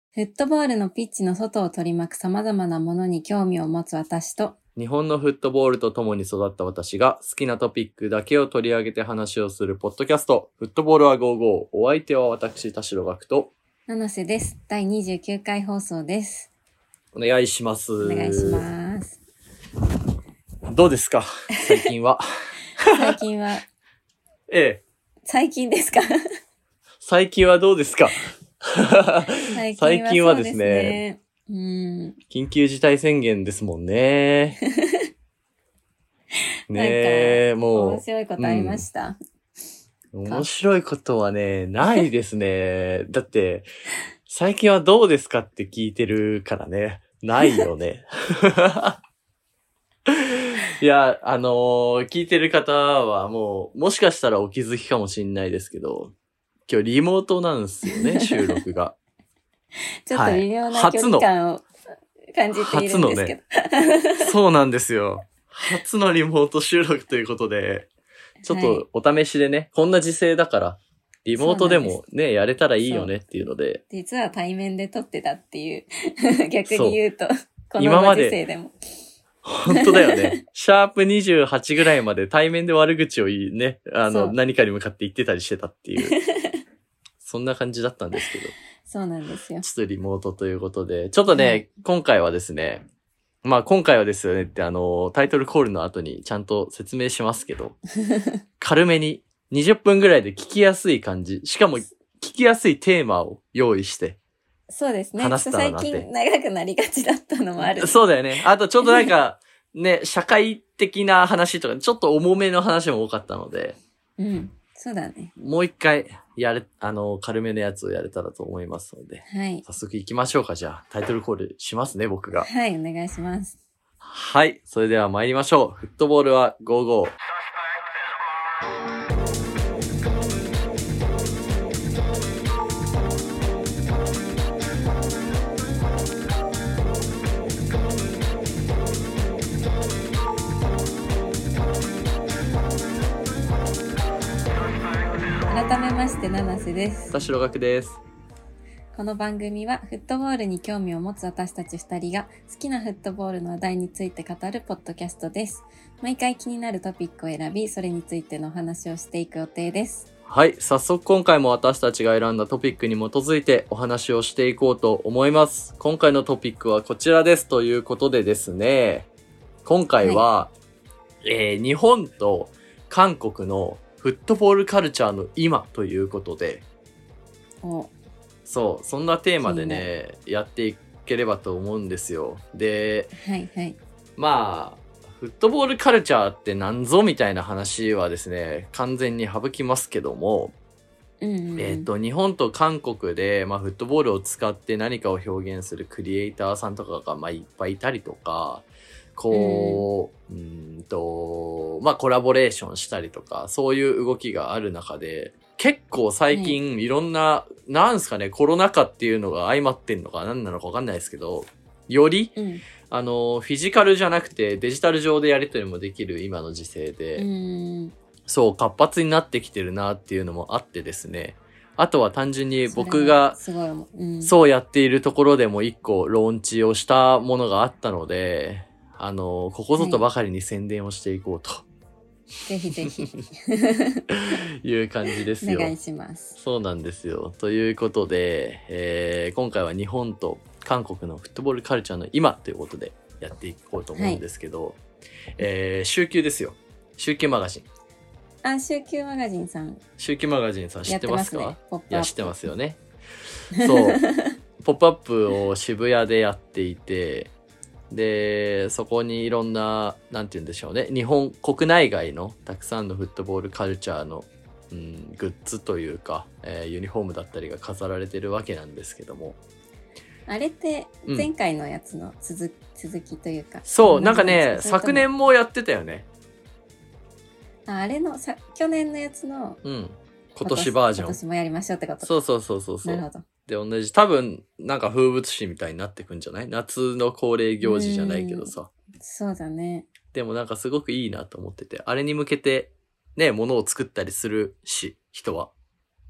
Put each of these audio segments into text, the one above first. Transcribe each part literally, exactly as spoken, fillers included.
フットボールのピッチの外を取り巻く様々なものに興味を持つ私と、 日本のフットボールと共に育った私が好きなトピックだけを取り上げて話をするポッドキャスト、フットボールはごじゅうご。お相手は私、田代学と、 七瀬です。だいにじゅうきゅうかい放送です。 お願いします。 お願いします。 どうですか最近は。 最近は。 ええ。 最近ですか最近はどうですか最近は、 最近はですね、 うん、 緊急事態宣言ですもんね。ねえ、もう。 面白いことありました、 うん、面白いことはね、ないですね。だって、最近はどうですかって聞いてるからね。ないよね。いや、あのー、聞いてる方はもう、もしかしたらお気づきかもしれないですけど、今日リモートなんですよね、収録が。 ちょっと微妙な距離感を感じているんですけど。 初のね、そうなんですよ。初のリモート収録ということで、ちょっとお試しでね、はい、こんな時勢だから、リモートでもね、やれたらいいよねっていうので。 実は対面で撮ってたっていう、逆に言うと、このご時世でも。 本当だよね。シャープにじゅうはちぐらいまで対面で悪口を言いね、あの、何かに向かって言ってたりしてたっていう。そんな感じだったんですけど。 そうなんですよ。 ちょっとリモートということで、ちょっとね、はい、今回はですね、まあ今回はですよねってあの、タイトルコールの後にちゃんと説明しますけど、軽めににじゅっぷんぐらいで聞きやすい感じ、しかも聞きやすいテーマを用意して、 そうですね。最近長くなりがちだったのもある。 そうだよね。あとちょっとなんか、ね、社会的な話とか、ちょっと重めの話も多かったので。 うん。そうだね。 もう一回、やれ、あの、軽めのやつをやれたらと思いますので。 はい。 早速行きましょうか。じゃあ、タイトルコールしますね、僕が。 はい、お願いします。 はい。それでは参りましょう。フットボールはごじゅうご。 改めまして七瀬です。 田代学です。 この番組はフットボールに興味を持つ私たち二人が好きなフットボールの話題について語るポッドキャストです。毎回気になるトピックを選び、それについてのお話をしていく予定です。 はい、早速今回も私たちが選んだトピックに基づいてお話をしていこうと思います。今回のトピックはこちらですということでですね、今回は、はい、えー、日本と韓国のフットボールカルチャーの今ということで、 おそう、そんなテーマでね、やっていければと思うんですよ。で、 はいはい。 まあ、フットボールカルチャーって何ぞみたいな話はですね、完全に省きますけども、 うんうんうん、 えっと、日本と韓国で、まあ、フットボールを使って何かを表現するクリエイターさんとかが、まあ、いっぱいいたりとか、こう、うん、うんと、まあ、コラボレーションしたりとか、そういう動きがある中で、結構最近いろんな、はい、なんすかね、コロナ禍っていうのが相まってんのか何なのかわかんないですけど、より、うん、あの、フィジカルじゃなくてデジタル上でやり取りもできる今の時勢で、 うん、 そう、活発になってきてるなっていうのもあってですね、あとは単純に僕がそうやっているところでも一個ローンチをしたものがあったので、あの、ここぞとばかりに宣伝をしていこうと。はいぜひぜひ。 いう感じですよ。 お願いします。 そうなんですよ。ということで、えー、今回は日本と韓国のフットボールカルチャーの今ということでやっていこうと思うんですけど、はい、えー、週休ですよ。週休マガジン。 あ、週休マガジンさん。 週休マガジンさん知ってますか？ やってますね、 いや、知ってますよね。そう。ポップアップを渋谷でやっていて、で、そこにいろんな、なんて言うんでしょうね。日本国内外のたくさんのフットボールカルチャーの、うん、グッズというか、えー、ユニフォームだったりが飾られてるわけなんですけども。 あれって前回のやつの続、うん、続きというか。 そう、なんかね、昨年もやってたよね。 あ、あれのさ、去年のやつの、 うん。今年バージョン。 今年もやりましょうってこと。 そうそうそうそうそう。 なるほど。 で、同じ、多分、なんか風物詩みたいになってくんじゃない？夏の恒例行事じゃないけどさ。 そうだね。 でもなんかすごくいいなと思ってて、あれに向けて、ね、物を作ったりするし、人は。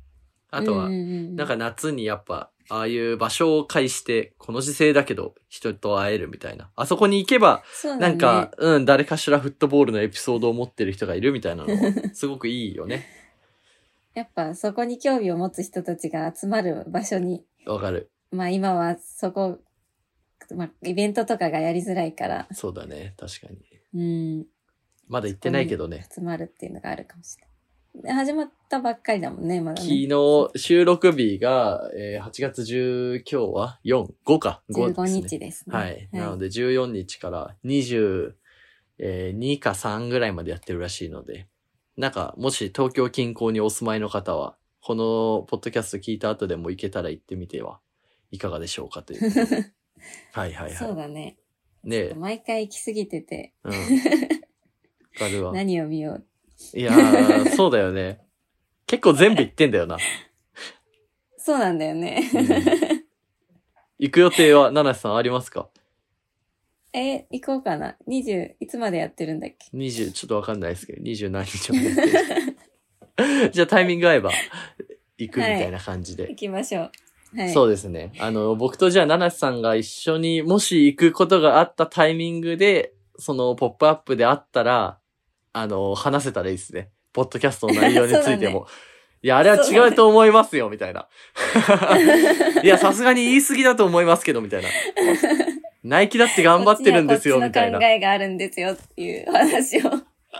あとは、なんか夏にやっぱ、ああいう場所を介して、この時世だけど人と会えるみたいな。あそこに行けば、 そうだね、 なんか、うん、誰かしらフットボールのエピソードを持ってる人がいるみたいなのは、すごくいいよね。 やっぱそこに興味を持つ人たちが集まる場所に。 わかる。 まあ今はそこ、まあイベントとかがやりづらいから。 そうだね、確かに。 うん。 まだ行ってないけどね。 集まるっていうのがあるかもしれない。始まったばっかりだもんね、まだね。 昨日、収録日が、えー、はちがつじゅう、今日はよん、ごか。 ごですね。じゅうごにちですね。 はい。はい、なのでじゅうよっかからにじゅうにかさんぐらいまでやってるらしいので、なんか、もし東京近郊にお住まいの方は、このポッドキャスト聞いた後でも行けたら行ってみてはいかがでしょうかという。はいはいはい。 そうだね。 ねえ。 毎回行き過ぎてて。 うん。わかるわ。 何を見よう。 いやー、そうだよね。結構全部行ってんだよな。 そうなんだよね。 うん、行く予定は、ナナさんありますか？ え、行こうかな。にじゅう、いつまでやってるんだっけ？ にじゅう、ちょっとわかんないですけど、にじゅう何日までやってる。じゃあタイミング合えば行くみたいな感じで。はい、 行きましょう。はい。 そうですね。あの、僕とじゃあナナさんが一緒にもし行くことがあったタイミングで、そのポップアップであったら、あの、話せたらいいですね。ポッドキャストの内容についても。ね、いや、あれは違うと思いますよ、みたいな。いや、さすがに言い過ぎだと思いますけど、みたいな。ナイキだって頑張ってるんですよ、みたいな。 こっちの考えがあるんですよっていう話を。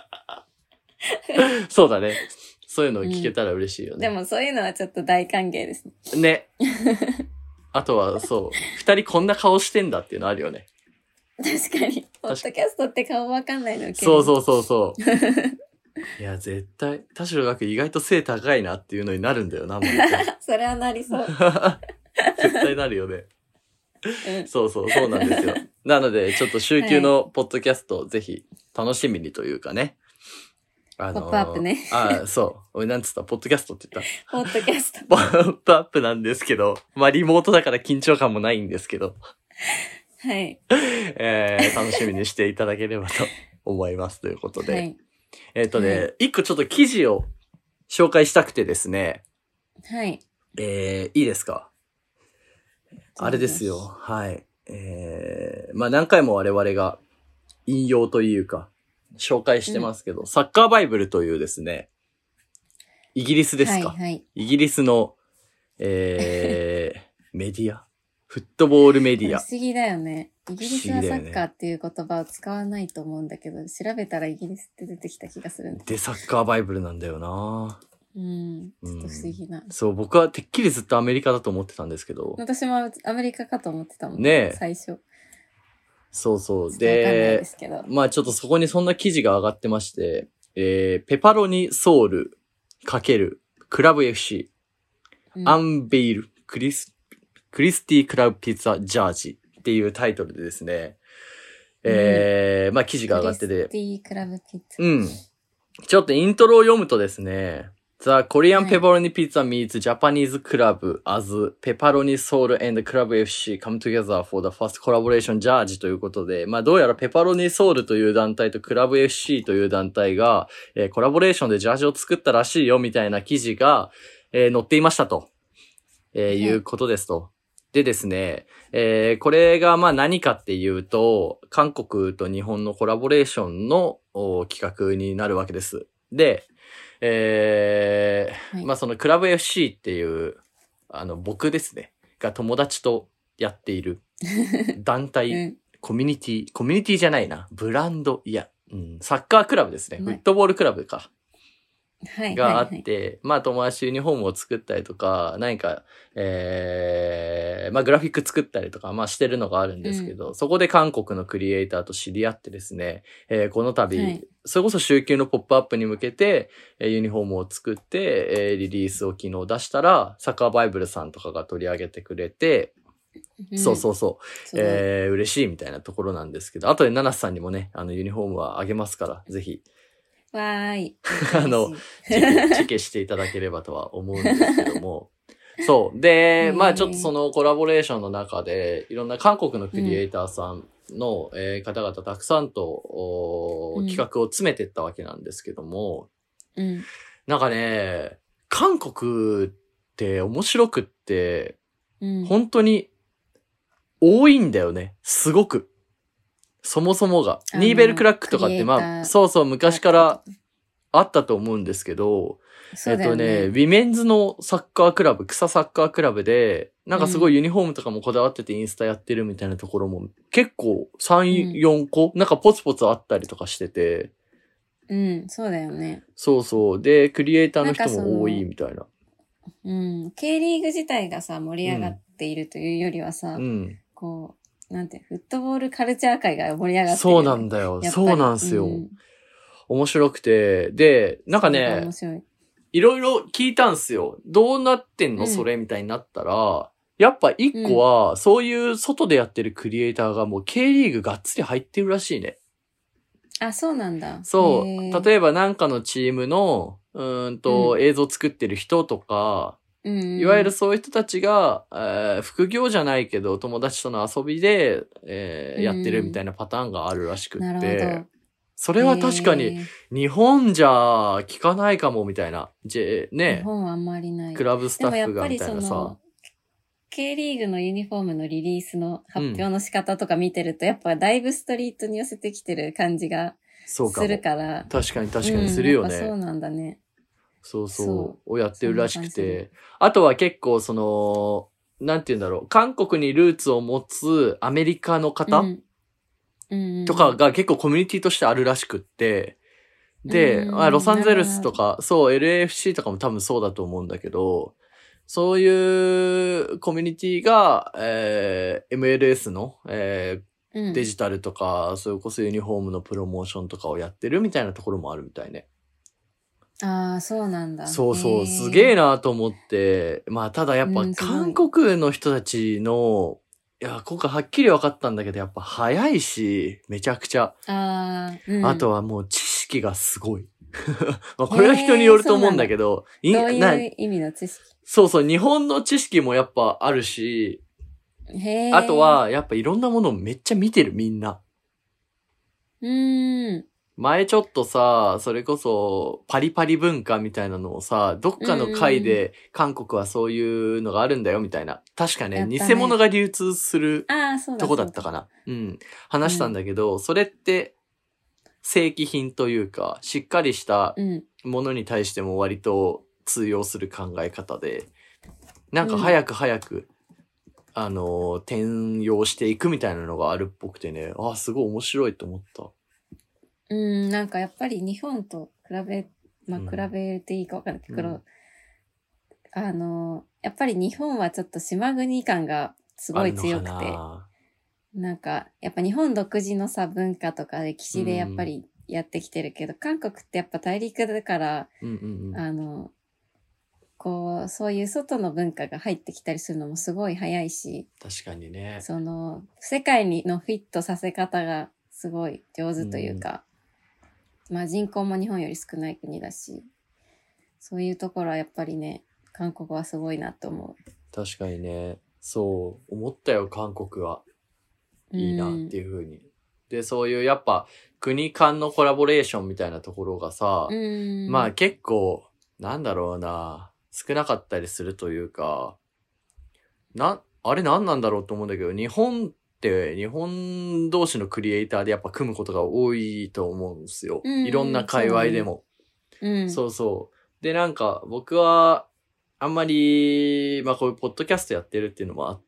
そうだね。そういうのを聞けたら嬉しいよね。 うん、でもそういうのはちょっと大歓迎ですね。 ね。あとは、そう。二人こんな顔してんだっていうのあるよね。 確かに。ポッドキャストって顔わかんないの受けそうそうそうそう。いや、絶対、田代学意外と背高いなっていうのになるんだよな、もう。 それはなりそう。 絶対なるよね。 うん、 そうそう、そうなんですよ。なので、ちょっと週休のポッドキャストをぜひ楽しみにというかね。 あのー、ポップアップね。 ああ、そう。俺なんつったポッドキャストって言ったポッドキャスト。 ポップアップなんですけど、まあリモートだから緊張感もないんですけど。 はい。 えー、楽しみにしていただければと思いますということで。はい、えっ、ー、とね、はい、一個ちょっと記事を紹介したくてですね。 はい。 えー、いいですか？あれですよ。はい。えー、まあ何回も我々が引用というか、紹介してますけど、うん、サッカーバイブルというですね、イギリスですか？ はいはい、 イギリスの、えー、メディアフットボールメディア。 不思議だよね。イギリスはサッカーっていう言葉を使わないと思うんだけど、調べたらイギリスって出てきた気がするんだ。 で、サッカーバイブルなんだよな。 うん。ちょっと不思議な、うん。 そう、僕はてっきりずっとアメリカだと思ってたんですけど。 私もアメリカかと思ってたもんね。 最初。 そうそう。で、まあちょっとそこにそんな記事が上がってまして、えー、ペパロニソウル×クラブ エフシー、うん、アンベイルクリス、クリスティクラブピッツァジャージっていうタイトルでですね、えー、うん、まあ記事が上がってて。クリスティクラブピッツァ。 うん。ちょっとイントロを読むとですね、The Korean Pepperoni Pizza meets Japanese Club as Pepperoni Soul and Club エフシー come together for the first collaboration Judge ということで、まあどうやらペパロニソウルという団体とクラブ エフシー という団体が、えー、コラボレーションでジャージを作ったらしいよみたいな記事が、えー、載っていましたと、えー、いうことですと。でですね、えー、これがまあ何かっていうと、韓国と日本のコラボレーションの企画になるわけです。で、えー、はい、まあそのクラブ エフシー っていう、あの僕ですね、が友達とやっている団体、うん、コミュニティ、コミュニティじゃないな、ブランド、いや、うん、サッカークラブですね、フットボールクラブか。 はい、 があって、 はいはい、 まあ友達ユニフォームを作ったりとか、何か、えー、まあグラフィック作ったりとか、まあしてるのがあるんですけど、うん、そこで韓国のクリエイターと知り合ってですね、えー、この度、はい、それこそ週休のポップアップに向けて、えー、ユニフォームを作って、えー、リリースを昨日出したら、サッカーバイブルさんとかが取り上げてくれて、うん、そうそうそう、えー、嬉しいみたいなところなんですけど、あとでナナスさんにもね、あのユニフォームはあげますから、ぜひ、 わーい。 あの、チェケ、チェケしていただければとは思うんですけども。そう。で、まあちょっとそのコラボレーションの中で、いろんな韓国のクリエイターさんの、うん、えー、方々たくさんと、うん、企画を詰めていったわけなんですけども、 うん、 なんかね、韓国っって面白くって、 うん、 本当に多いんだよね。すごく。そもそもが。ニーベルクラックとかって、まあ、そうそう、昔からあったと思うんですけど、 そうだよね、 えっとね、ウィメンズのサッカークラブ、草サッカークラブで、なんかすごいユニフォームとかもこだわっててインスタやってるみたいなところも結構さん、よんこ、なんかポツポツあったりとかしてて。 うん、そうだよね。 そうそう。で、クリエイターの人も多いみたいな。 うん。K リーグ自体がさ、盛り上がっているというよりはさ、 うん、 こう、なんて、フットボールカルチャー界が盛り上がってる、ね。 そうなんだよ。そうなんすよ、うん。面白くて。で、なんかね、面白い。いろいろ聞いたんすよ。どうなってんの、うん、それみたいになったら、やっぱ一個は、そういう外でやってるクリエイターがもう K リーグがっつり入ってるらしいね。 あ、そうなんだ。 そう。例えばなんかのチームの、うーんと、うん、映像作ってる人とか、うんうん、いわゆるそういう人たちが、えー、副業じゃないけど、友達との遊びで、えー、やってるみたいなパターンがあるらしくって。なるほど。それは確かに、日本じゃ聞かないかもみたいな。J、ね。 日本はあんまりない。 クラブスタッフがみたいなさ。 K リーグのユニフォームのリリースの発表の仕方とか見てると、うん、やっぱだいぶストリートに寄せてきてる感じがするから。 確かに確かにするよね。 うん、そうなんだね。 そうそう。そうをやってるらしくて。あとは結構その、なんて言うんだろう。韓国にルーツを持つアメリカの方、うんとかが結構コミュニティとしてあるらしくって。で、あロサンゼルスとか、そう、エルエーエフシー とかも多分そうだと思うんだけど、そういうコミュニティが、えー、エムエルエス の、えーうん、デジタルとか、それこそユニフォームのプロモーションとかをやってるみたいなところもあるみたいね。 ああ、そうなんだ。 そうそう、すげえなと思って、まあただやっぱ韓国の人たちの、いや、今回はっきり分かったんだけど、やっぱ早いし、めちゃくちゃ。あ,、うん、あとはもう知識がすごい。まあこれは人によると思うんだけど。 どういう意味の知識？ そうそう、日本の知識もやっぱあるし、 へあとはやっぱいろんなものをめっちゃ見てるみんな。 うーん。 前ちょっとさ、それこそパリパリ文化みたいなのをさ、どっかの回で韓国はそういうのがあるんだよみたいな。確かね、ね偽物が流通するとこだったかな。うん。話したんだけど、うん、それって正規品というか、しっかりしたものに対しても割と通用する考え方で、なんか早く早く、うん、あの、転用していくみたいなのがあるっぽくてね、あ、すごい面白いと思った。 うん、なんかやっぱり日本と比べ、まあ、比べていいかわかんないけど、うん、あの、やっぱり日本はちょっと島国感がすごい強くて、な, なんか、やっぱ日本独自のさ、文化とか歴史でやっぱりやってきてるけど、うん、韓国ってやっぱ大陸だから、 うんうんうん、 あの、こう、そういう外の文化が入ってきたりするのもすごい早いし、 確かにね。 その、世界にのフィットさせ方がすごい上手というか、うん、まあ人口も日本より少ない国だし、そういうところはやっぱりね、韓国はすごいなと思う。 確かにね。そう、思ったよ、韓国は。いいなっていう風に。うん、で、そういうやっぱ国間のコラボレーションみたいなところがさ、 うん、 まあ結構、なんだろうな、少なかったりするというか、な、あれ何なんだろうと思うんだけど、日本って日本同士のクリエイターでやっぱ組むことが多いと思うんですよ。 うん、 いろんな界隈でも。 そうね。うん、 そうそう。で、なんか僕はあんまり、まあこういうポッドキャストやってるっていうのもあって、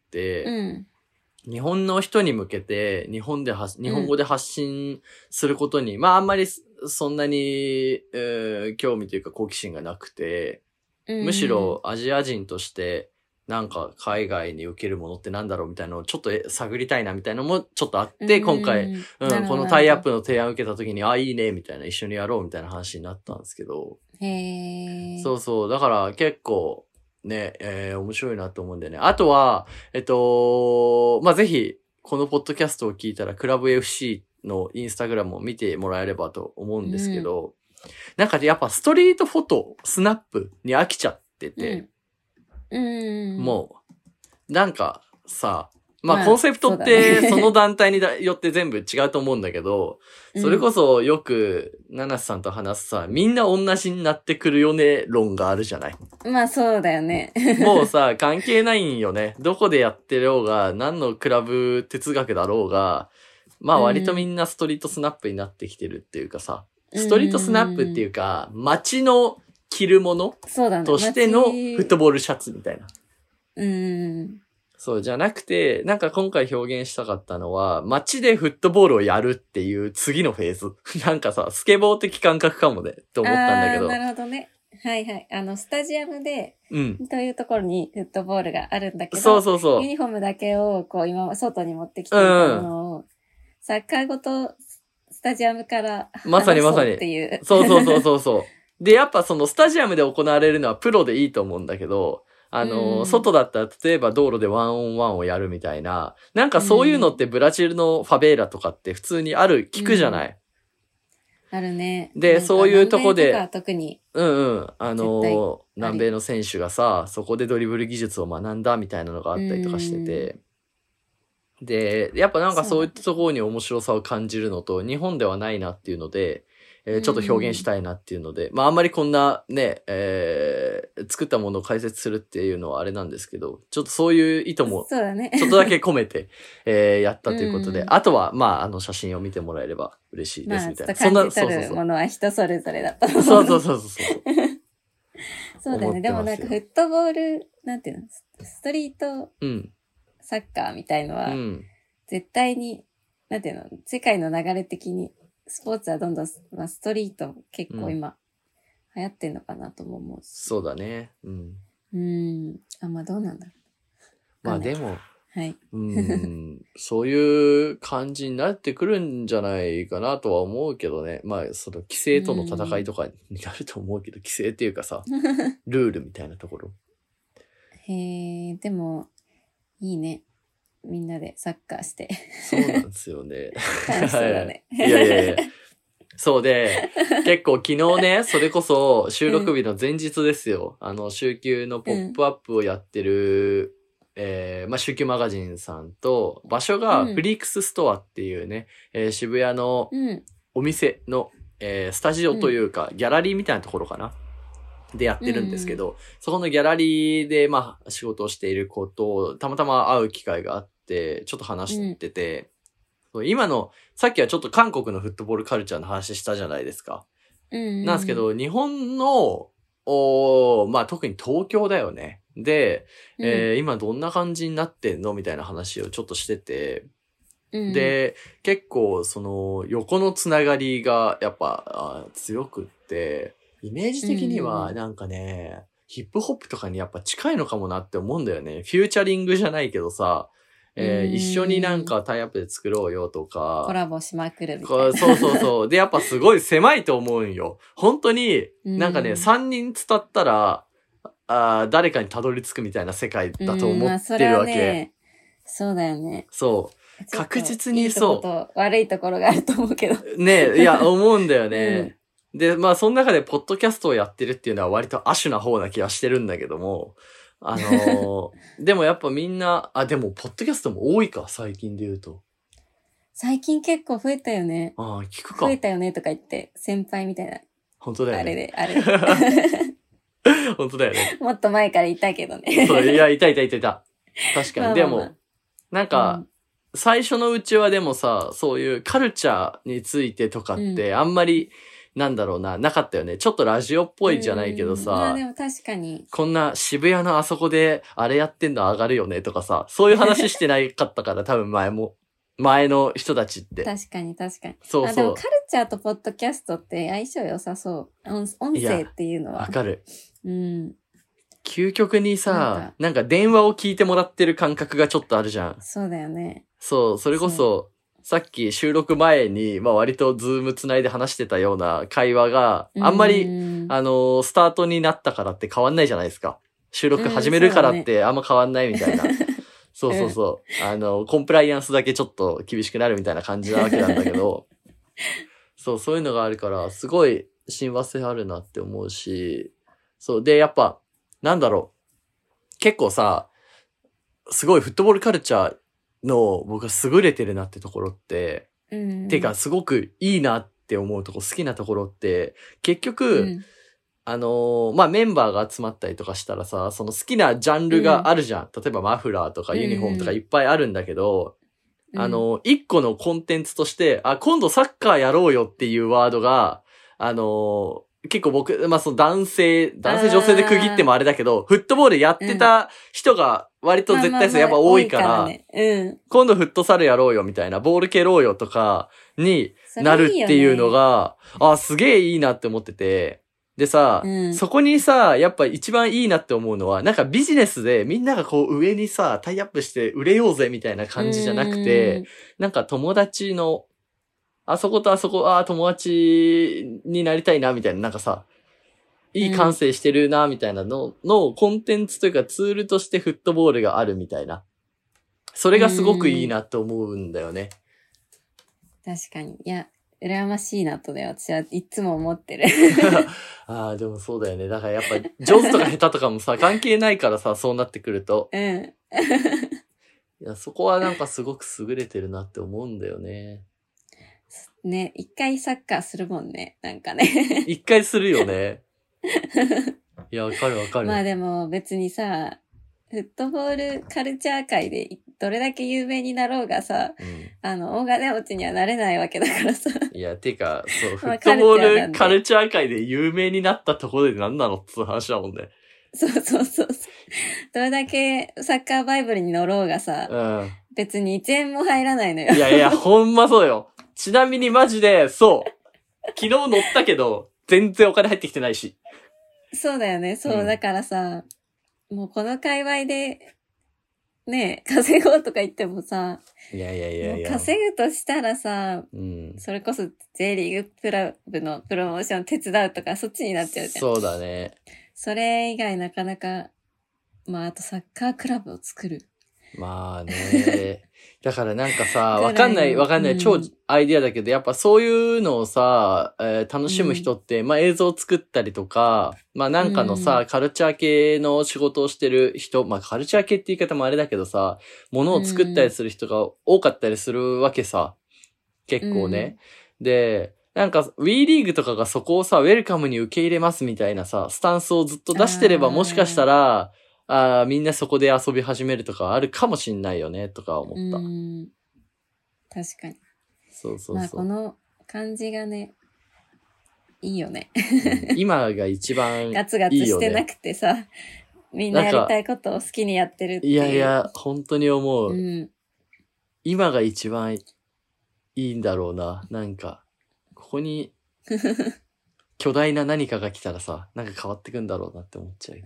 うん日本の人に向けて、日本で発、日本語で発信することに、うん、まああんまりそんなに、えー、興味というか好奇心がなくて、 うん、 むしろアジア人として、なんか海外に受けるものってなんだろうみたいなのをちょっと探りたいなみたいなのもちょっとあって、 うん、 今回、うん、このタイアップの提案を受けた時に、あ、いいね、みたいな、一緒にやろうみたいな話になったんですけど。 へー。 そうそう。だから結構、ね、えー、面白いなと思うんだよね。あとは、えっと、まあ、ぜひ、このポッドキャストを聞いたら、クラブ エフシー のインスタグラムを見てもらえればと思うんですけど、うん、なんかやっぱストリートフォト、スナップに飽きちゃってて、 うん、うん、 もう、なんかさ、 まあ、 まあコンセプトっそうだてねその団体にだよって全部違うと思うんだけど、それこそよく、ナナさんと話すさ、みんな同じになってくるよね論があるじゃない。 まあそうだよね。 もうさ、関係ないんよね。どこでやってようが、何のクラブ哲学だろうが、まあ割とみんなストリートスナップになってきてるっていうかさ、ストリートスナップっていうか、街の着るものそうだね。 としてのフ街ットボールシャツみたいな。 うん。 そう、じゃなくて、なんか今回表現したかったのは、街でフットボールをやるっていう次のフェーズ。なんかさ、スケボー的感覚かもね、と思ったんだけど。 あーなるほどね。はいはい。あの、スタジアムで、 うん。 というところにフットボールがあるんだけど、 そうそうそうユ。ニフォームだけを、こう、今、外に持ってきていたものを、サッカーごと、スタジアムからまさにまさに離そうっていう。 そうそうそうそうそう。で、やっぱそのスタジアムで行われるのはプロでいいと思うんだけど、あの、 うん外だったら例えば道路でワンオンワンをやるみたいな、なんかそういうのってブラジルのファベーラとかって普通にある、聞くじゃない。 あるね。 でなんかそういうとこで南米とか特に。 うんうん。あの絶対南米の選手がさ、そこでドリブル技術を学んだみたいなのがあったりとかしてて。で、やっぱなんかそういったところに面白さを感じるのと、日本ではないなっていうので、えーちょっと表現したいなっていうので、まああんまりこんなね、えー作ったものを解説するっていうのはあれなんですけど、ちょっとそういう意図もそうだね。 ちょっとだけ込めて、えーやったということで、 うんあとはまああの写真を見てもらえれば嬉しいでまあ、 すみたいな。 ちょっと感じそうそうそう。 取るものは人それぞれだと思う。 そうそうそうそう。 そうだよね。でもなんかフットボール、なんていうの、ストリートうん。 サッカーみたいのは、 うん。 絶対に、なんていうの、世界の流れ的に、スポーツはどんどん、まあ、ストリート結構今、流行ってんのかなとも思うし。 そうだね。うん。 うーん。あ、まあどうなんだろう。 まあでも、 はい。 うん、そういう感じになってくるんじゃないかなとは思うけどね。まあ、その規制との戦いとかになると思うけど、規制っていうかさ、ルールみたいなところ。 へえ、でも、いいね。みんなでサッカーして。 そうなんですよね。 楽しそうだね。 いやいやいや。そうで、結構昨日ね、それこそ収録日の前日ですよ。あの、週休のポップアップをやってる、えー、まあ、週休マガジンさんと、場所がフリークスストアっていうね、えー渋谷のうん。 お店の、えースタジオというか、ギャラリーみたいなところかな。でやってるんですけど、そこのギャラリーで、まあ、仕事をしていることを、たまたま会う機会があって、ちょっと話してて、そう今の、さっきはちょっと韓国のフットボールカルチャーの話したじゃないですか。 うん。 なんですけど、日本の、おーまあ特に東京だよね。で、 うん、 えー今どんな感じになってんのみたいな話をちょっとしてて、 うん、 で、結構その横のつながりがやっぱあ強くって、イメージ的にはなんかね、ヒップホップとかにやっぱ近いのかもなって思うんだよね。フューチャリングじゃないけどさ、えーうん一緒になんかタイアップで作ろうよとか、 コラボしまくるみたいこな。 うそうそうそう。で、やっぱすごい狭いと思うんよ。本当に、なんかね、 うんさんにん伝ったら、あー誰かにたどり着くみたいな世界だとうん思っまあそれてるわけ。 はね、そうだよね。 そう。 ちょっと確実にいいとこと悪いところがあると思うけど。 ねいや、思うんだよね。で、まあ、その中で、ポッドキャストをやってるっていうのは割と亜種な方な気はしてるんだけども、あのーでもやっぱみんな、あ、でも、ポッドキャストも多いか、最近で言うと。 最近結構増えたよね。 ああ、聞くか増。えたよねとか言って、先輩みたいな、 本当だよね。 あれで、あれ本当だよね。 もっと前からいたけどね。 そう、いや、いたいたいたいた。確かに。 まあまあまあでも、なんか、 うん最初のうちはでもさ、そういうカルチャーについてとかって、あんまり、なんだろうな、なかったよね。ちょっとラジオっぽいじゃないけどさ、 うんまあでも確かに。 こんな渋谷のあそこであれやってんの上がるよねとかさ、そういう話してないかったから多分前も、前の人たちって。 確かに確かに。 そうそうあでもカ。ルチャーとポッドキャストって相性良さそう。音音声っていうのは。 わかる。 うん。 究極になんさか、 なんか電話を聞いてもらってる感覚がちょっとあるじゃん。 そうだよね。 そう、それこそ、さっき収録前に、まあ割とズームつないで話してたような会話があんまり、 うんあのースタートになったからって変わんないじゃないですか。収録始めるからってあんま変わんないみたいな。そうそうそう。あの、コンプライアンスだけちょっと厳しくなるみたいな感じなわけなんだけど、そう、そういうのがあるから、すごい親和性あるなって思うし、そう、で、やっぱ、なんだろう。結構さ、すごいフットボールカルチャーの僕が優れてるなってところって、 うん、 てかすごくいいなって思うとこ好きなところって結局、 うん、 あのー、まあ、メンバーが集まったりとかしたらさ、その好きなジャンルがあるじゃん。うん、例えばマフラーとかユニフォームとかいっぱいあるんだけど、うん、あのー、一個のコンテンツとして、あ、今度サッカーやろうよっていうワードが、あのー、結構僕、まあ、その男性、男性女性で区切ってもあれだけど、フットボールやってた人が割と絶対数やっぱ多いから、今度フットサルやろうよみたいな、ボール蹴ろうよとかになるっていうのが、いいね、あ、すげえいいなって思ってて、でさ、うん、そこにさ、やっぱ一番いいなって思うのは、なんかビジネスでみんながこう上にさ、タイアップして売れようぜみたいな感じじゃなくて、なんか友達の、あそことあそこ、ああ、友達になりたいな、みたいな、なんかさ、いい感性してるな、みたいなののコンテンツというかツールとしてフットボールがあるみたいな。それがすごくいいなと思うんだよね。 確かに。いや、羨ましいなとね、私はいつも思ってる。 ああ、でもそうだよね。だからやっぱ上手とか下手とかもさ、関係ないからさ、そうなってくると。うん。いや、そこはなんかすごく優れてるなって思うんだよね。 ね、一回サッカーするもんね、なんかね。 一回するよね。いや、わかるわかる。 まあでも別にさ、フットボールカルチャー界でどれだけ有名になろうがさ、うん、あの、大金持ちにはなれないわけだからさ。 いや、てか、そう、フットボールカルチャー界で有名になったところで何なのって話だもんね。 そうそうそう。どれだけサッカーバイブルに乗ろうがさ、うん、別にいちえんも入らないのよ。 いやいや、ほんまそうよ。ちなみにマジで、そう。昨日乗ったけど、全然お金入ってきてないし。 そうだよね。そう、うん、だからさ、もうこの界隈で、ね、稼ごうとか言ってもさ、 いやいやいやいや。 稼ぐとしたらさ、うん、それこそ J リーグクラブのプロモーション手伝うとかそっちになっちゃうじゃん。 そうだね。 それ以外なかなか、まああとサッカークラブを作る。 まあね。だからなんかさ、わかんないわかんない、うん、超アイディアだけど、やっぱそういうのをさ、えー、楽しむ人って、うん、まあ映像を作ったりとか、まあなんかのさ、うん、カルチャー系の仕事をしてる人、まあカルチャー系って言い方もあれだけどさ、ものを作ったりする人が多かったりするわけさ。結構ね。うん、で、なんか WE リーグとかがそこをさ、ウェルカムに受け入れますみたいなさ、スタンスをずっと出してればもしかしたら、ああ、みんなそこで遊び始めるとかあるかもしんないよね、とか思った。うん。 確かに。 そうそうそう。 まあこの感じがね、いいよね。 うん、今が一番いいよね。 ガツガツしてなくてさ、みんなやりたいことを好きにやってるっていう。 いやいや、本当に思う。うん、今が一番いいんだろうな。なんか、ここに、巨大な何かが来たらさ、なんか変わってくんだろうなって思っちゃう。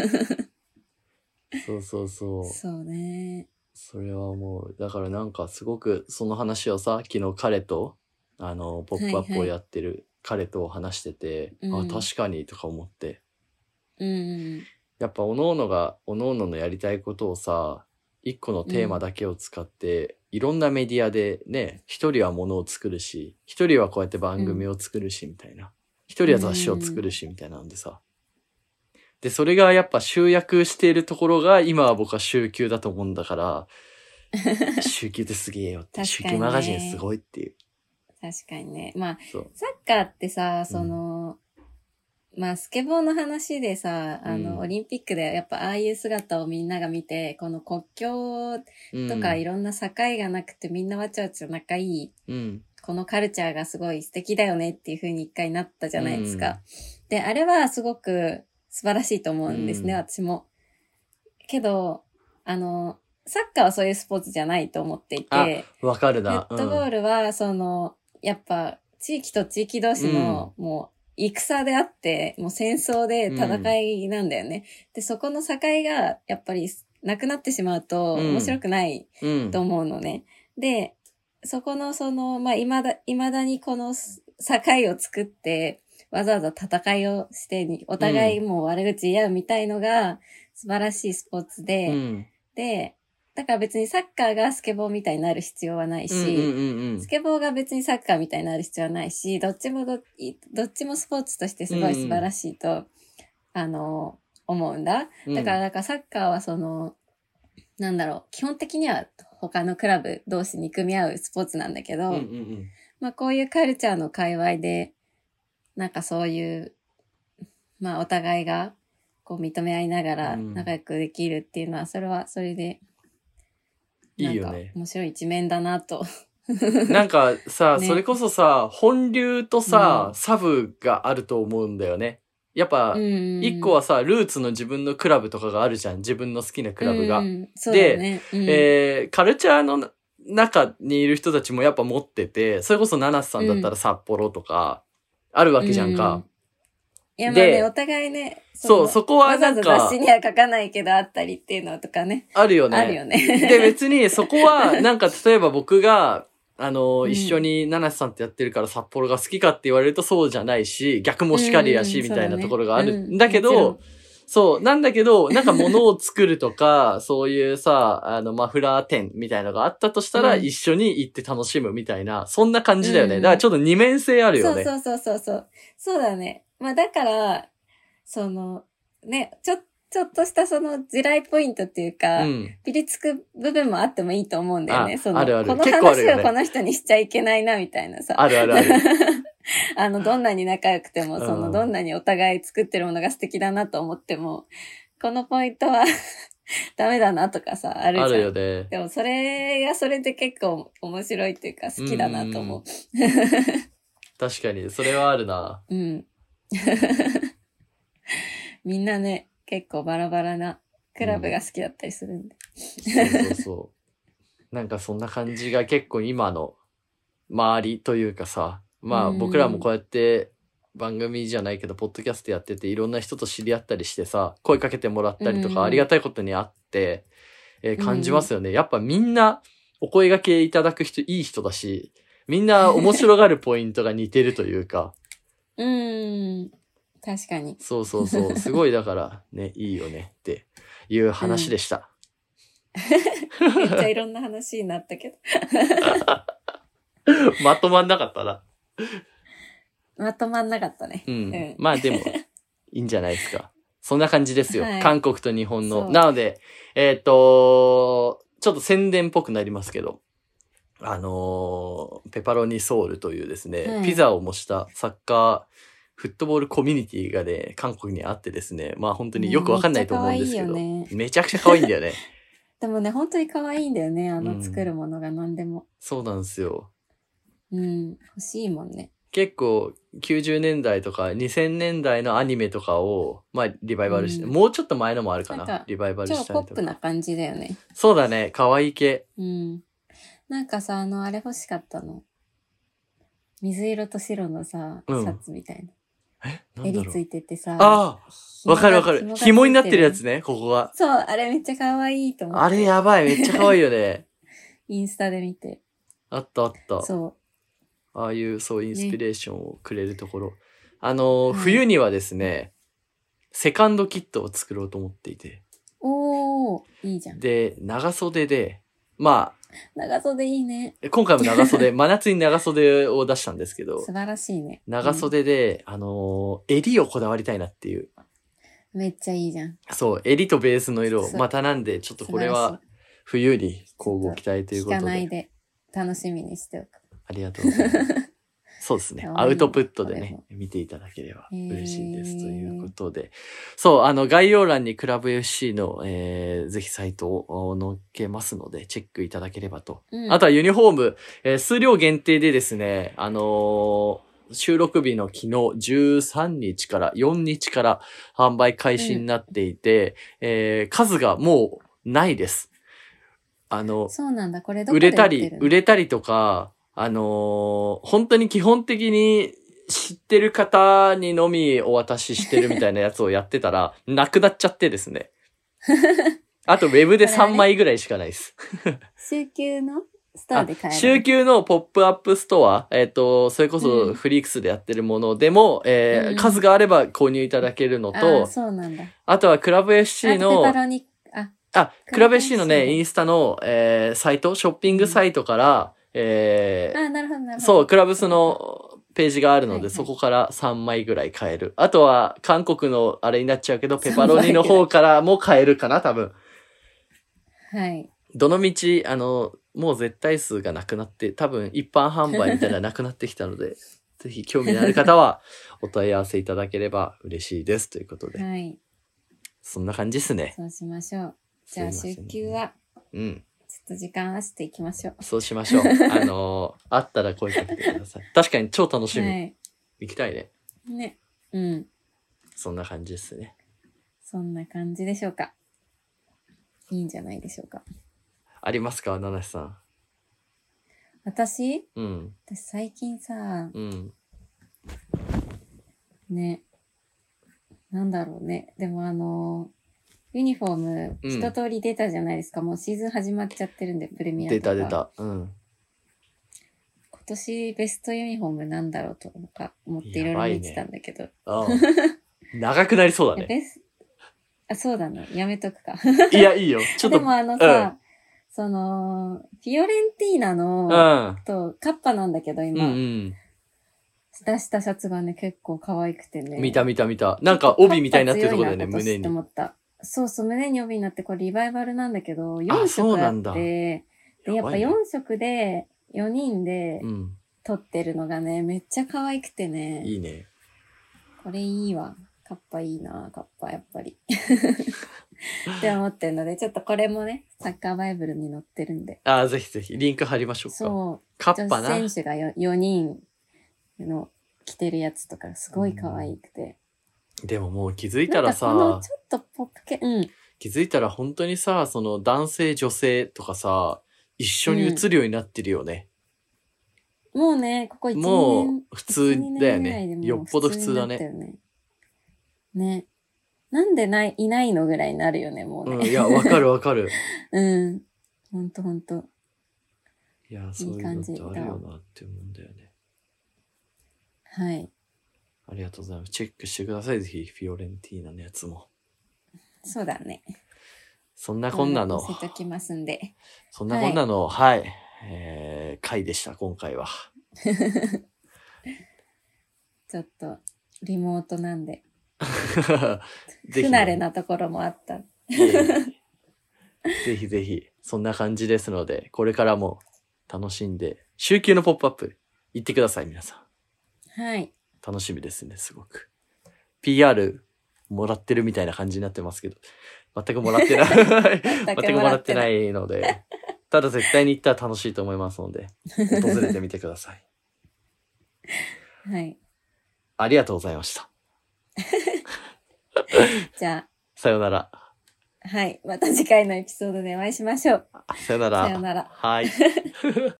そうそうそう。 そうね。 それは思う。だからなんかすごくその話をさ、昨日彼と、あの、ポップアップをやってる彼と話してて、はいはい、あ、確かにとか思って。うん。やっぱ各々が各々のやりたいことをさ、一個のテーマだけを使って、うん、いろんなメディアでね、一人はものを作るし、一人はこうやって番組を作るし、みたいな。一人は雑誌を作るし、みたいなんでさ。で、それがやっぱ集約しているところが、今は僕は週休だと思うんだから、週休ってすげえよって、ね、週休マガジンすごいっていう。 確かにね。まあ、サッカーってさ、その、うん、まあ、スケボーの話でさ、あの、うん、オリンピックでやっぱああいう姿をみんなが見て、この国境とかいろんな境がなくて、みんなわちゃわちゃ仲いい。うんこのカルチャーがすごい素敵だよねっていう風に一回なったじゃないですか。うん、で、あれはすごく素晴らしいと思うんですね、うん、私も。けど、あの、サッカーはそういうスポーツじゃないと思っていて。 わかるな。 フットボールは、その、やっぱ、地域と地域同士の、もう、戦であって、もう戦争で戦いなんだよね。うん、で、そこの境が、やっぱり、なくなってしまうと、面白くないと思うのね。うん、で、そこのその、まあ、未だ、未だにこの境を作って、わざわざ戦いをして、お互いもう悪口言い合うみたいのが素晴らしいスポーツで、うん、で、だから別にサッカーがスケボーみたいになる必要はないし、うんうんうんうん、スケボーが別にサッカーみたいになる必要はないし、どっちもど、どっちもスポーツとしてすごい素晴らしいと、うんうん、あの、思うんだ。だから、だからサッカーはその、なんだろう、基本的には他のクラブ同士に組み合うスポーツなんだけど、 うんうんうん、 まあこういうカルチャーの界隈で、なんかそういう、まあお互いがこう認め合いながら仲良くできるっていうのは、それはそれで、 いいよね。 面白い一面だなと。 なんかさ、 ね、 それこそさ、本流とさ、うん、サブがあると思うんだよね。やっぱ、一個はさ、ルーツの自分のクラブとかがあるじゃん。自分の好きなクラブが。うん、そうだね。で、うん、えー、カルチャーの中にいる人たちもやっぱ持ってて、それこそナナスさんだったら札幌とか、あるわけじゃんか。うん、 いや、まあね、お互いね。 そう、そこはなんか。 わざわざ雑誌には書かないけどあったりっていうのとかね。 あるよね。 あるよね。 で、別にそこは、なんか例えば僕が、あの、うん、一緒にナナスさんってやってるから札幌が好きかって言われるとそうじゃないし、逆もしかりやし、みたいなところがあるんだけど、そう、なんだけど、なんか物を作るとか、そういうさ、あの、マフラー店みたいなのがあったとしたら、一緒に行って楽しむみたいな、そんな感じだよね。だからちょっと二面性あるよね。 そうそうそうそう。そうだね。まあだから、その、ね、ちょっと、ちょっとしたその地雷ポイントっていうか、うん、ピリつく部分もあってもいいと思うんだよね。そのあるある、 この話をこの人にしちゃいけないなみたいなさ。 あるあるある。 あの、どんなに仲良くても、その、どんなにお互い作ってるものが素敵だなと思っても、このポイントはダメだなとかさ、あるじゃん。 あるよね。 でもそれがそれで結構面白いっていうか好きだなと思う。う確かに、それはあるな。 うん。みんなね、結構バラバラなクラブが好きだったりするんで。 うん、そうそうそう。なんかそんな感じが結構今の周りというかさ、まあ僕らもこうやって番組じゃないけど、ポッドキャストやってていろんな人と知り合ったりしてさ、声かけてもらったりとかありがたいことにあって、えー、感じますよね。やっぱみんなお声掛けいただく人いい人だし、みんな面白がるポイントが似てるというか。 うーん。確かに。 そうそうそう。すごいだからね、いいよねっていう話でした。 うん、めっちゃいろんな話になったけど。 まとまんなかったな。 まとまんなかったね。 うん。うん、まあでも、いいんじゃないですか。そんな感じですよ。はい、韓国と日本の。なので、えっと、ちょっと宣伝っぽくなりますけど、あのー、ペパロニソウルというですね、うん、ピザを模したサッカー、フットボールコミュニティがね、韓国にあってですね、まあ本当によくわかんないと思うんですけど、ね、めちゃくちゃ可愛いんだよね。 でもね、本当に可愛いんだよね、あの作るものが何でも。うん、 そうなんですよ。 うん、欲しいもんね。 結構きゅうじゅうねんだいとかにせんねんだいのアニメとかを、まあリバイバルして、うん、もうちょっと前のもあるかな、なんかリバイバルしたりとか。 超ポップな感じだよね。 そうだね、可愛い系。 うん。なんかさ、あの、あれ欲しかったの。水色と白のさ、シャツみたいな。 えなんだろう。 襟ついててさ。 ああわかるわかる。紐になってるやつね、ここが。 そう、あれめっちゃ可愛いと思って。 あれやばい、めっちゃ可愛いよね。 インスタで見て。 あったあった。 そう。 ああいう、そう、インスピレーションをくれるところ。ね、あの、はい、冬にはですね、セカンドキットを作ろうと思っていて。 おー、いいじゃん。 で、長袖で、まあ、 長袖いいね。 今回も長袖、真夏に長袖を出したんですけど。 素晴らしいね。 長袖で、うん、あのー、襟をこだわりたいなっていう。 めっちゃいいじゃん。 そう、襟とベースの色を。またなんで、ちょっとこれは、冬に交互期待ということで。 聞かないで、楽しみにしておく。 ありがとうございます。そうですね。アウトプットでね、見ていただければ嬉しいですということで。そう、あの、概要欄にクラブ エフシー の、えー、ぜひサイトを載っけますので、チェックいただければと。うん、あとはユニフォーム、えー、数量限定でですね、あのー、収録日の昨日じゅうさんにちからよっかから販売開始になっていて、うん、えー、数がもうないです。あの、 そうなんだ、これどこで売ってるの？ 売れたり、売れたりとか、あのー、本当に基本的に知ってる方にのみお渡ししてるみたいなやつをやってたら、なくなっちゃってですね。あとウェブでさんまいぐらいしかないです。 週休のストアで買える。 週休のポップアップストア、えっ、ー、と、それこそフリークスでやってるものでも、うん、えーうん、数があれば購入いただけるのと、 あ、そうなんだ。 あとはクラブ エフシー の、 ペパロニあ、 あ、クラブ エフシー のね、インスタの、えー、サイト、ショッピングサイトから、うんえー、 あ、なるほど、なるほど。 そう、クラブスのページがあるので、はいはい、そこからさんまいぐらい買える。あとは、韓国のあれになっちゃうけど、ペパロニの方からも買えるかな、多分。 はい。 どの道、あの、もう絶対数がなくなって、多分一般販売みたいなのなくなってきたので、ぜひ興味のある方はお問い合わせいただければ嬉しいですということで。 はい。 そんな感じですね。 そうしましょう。じゃあ、週休は、 うん。 ちょっと時間合わせていきましょう。 そうしましょう。あのー、あったら声かけてください。確かに超楽しみ。はい、行きたいね。 ね。うん。 そんな感じですね。 そんな感じでしょうか。いいんじゃないでしょうか。 ありますか、七瀬さん。 私うん。 私最近さ、 うん。 ね。なんだろうね。でもあのー、ユニフォーム、うん、一通り出たじゃないですか。もうシーズン始まっちゃってるんで、プレミアとか。 出た出た。うん。 今年ベストユニフォームなんだろうとか思っていろいろ見てたんだけど。ね、 長くなりそうだね。 ベスあ、そうだね。やめとくか。 いや、いいよ。ちょっと。 でもあのさ、うん、その、フィオレンティーナの、うん、と、カッパなんだけど今、うんうん、出したシャツがね、結構可愛くてね。 見た見た見た。なんか帯みたいになってるところだよね、胸に。 思った。そうそう、胸に帯になって、これリバイバルなんだけど、よん色あって、で、やっぱよん色でよにんで撮ってるのがね、めっちゃ可愛くてね。 いいね。 これいいわ。カッパいいな、カッパやっぱり。って思ってるので、ちょっとこれもね、サッカーバイブルに載ってるんで。 ああ、ぜひぜひ、リンク貼りましょうか。 そう。 カッパな。 女子選手が よ, よにんの着てるやつとかすごい可愛くて。 でももう気づいたらさ、 このちょっとポップ系、うん。 気づいたら本当にさ、その男性女性とかさ、一緒に映るようになってるよね。 うん、もうね、ここいちねん。 もう普通だよね。よっぽど普通だね。 ね。ね。なんでない、いないのぐらいになるよね、もうね。 うん、いや、わかるわかる。 うん。ほんとほんと。 いや、そういうのってあるよなって思うんだよね。 はい。 ありがとうございます。チェックしてください。ぜひ、フィオレンティーナのやつも。 そうだね。 そんなこんなの。 載せときますんで。 そんなこんなの、はい。はい、えー、回でした、今回は。 ちょっと、リモートなんで。不慣れなところもあった。 ぜひぜひ、そんな感じですので、これからも楽しんで、週休のポップアップ、行ってください、皆さん。はい。 楽しみですね、すごく。ピーアール もらってるみたいな感じになってますけど、全くもらってない。全くもらってないので、ただ絶対に行ったら楽しいと思いますので、訪れてみてください。 はい。 ありがとうございました。 じゃあ。 さよなら。 はい。また次回のエピソードでお会いしましょう。 さよなら。 さよなら。 はい。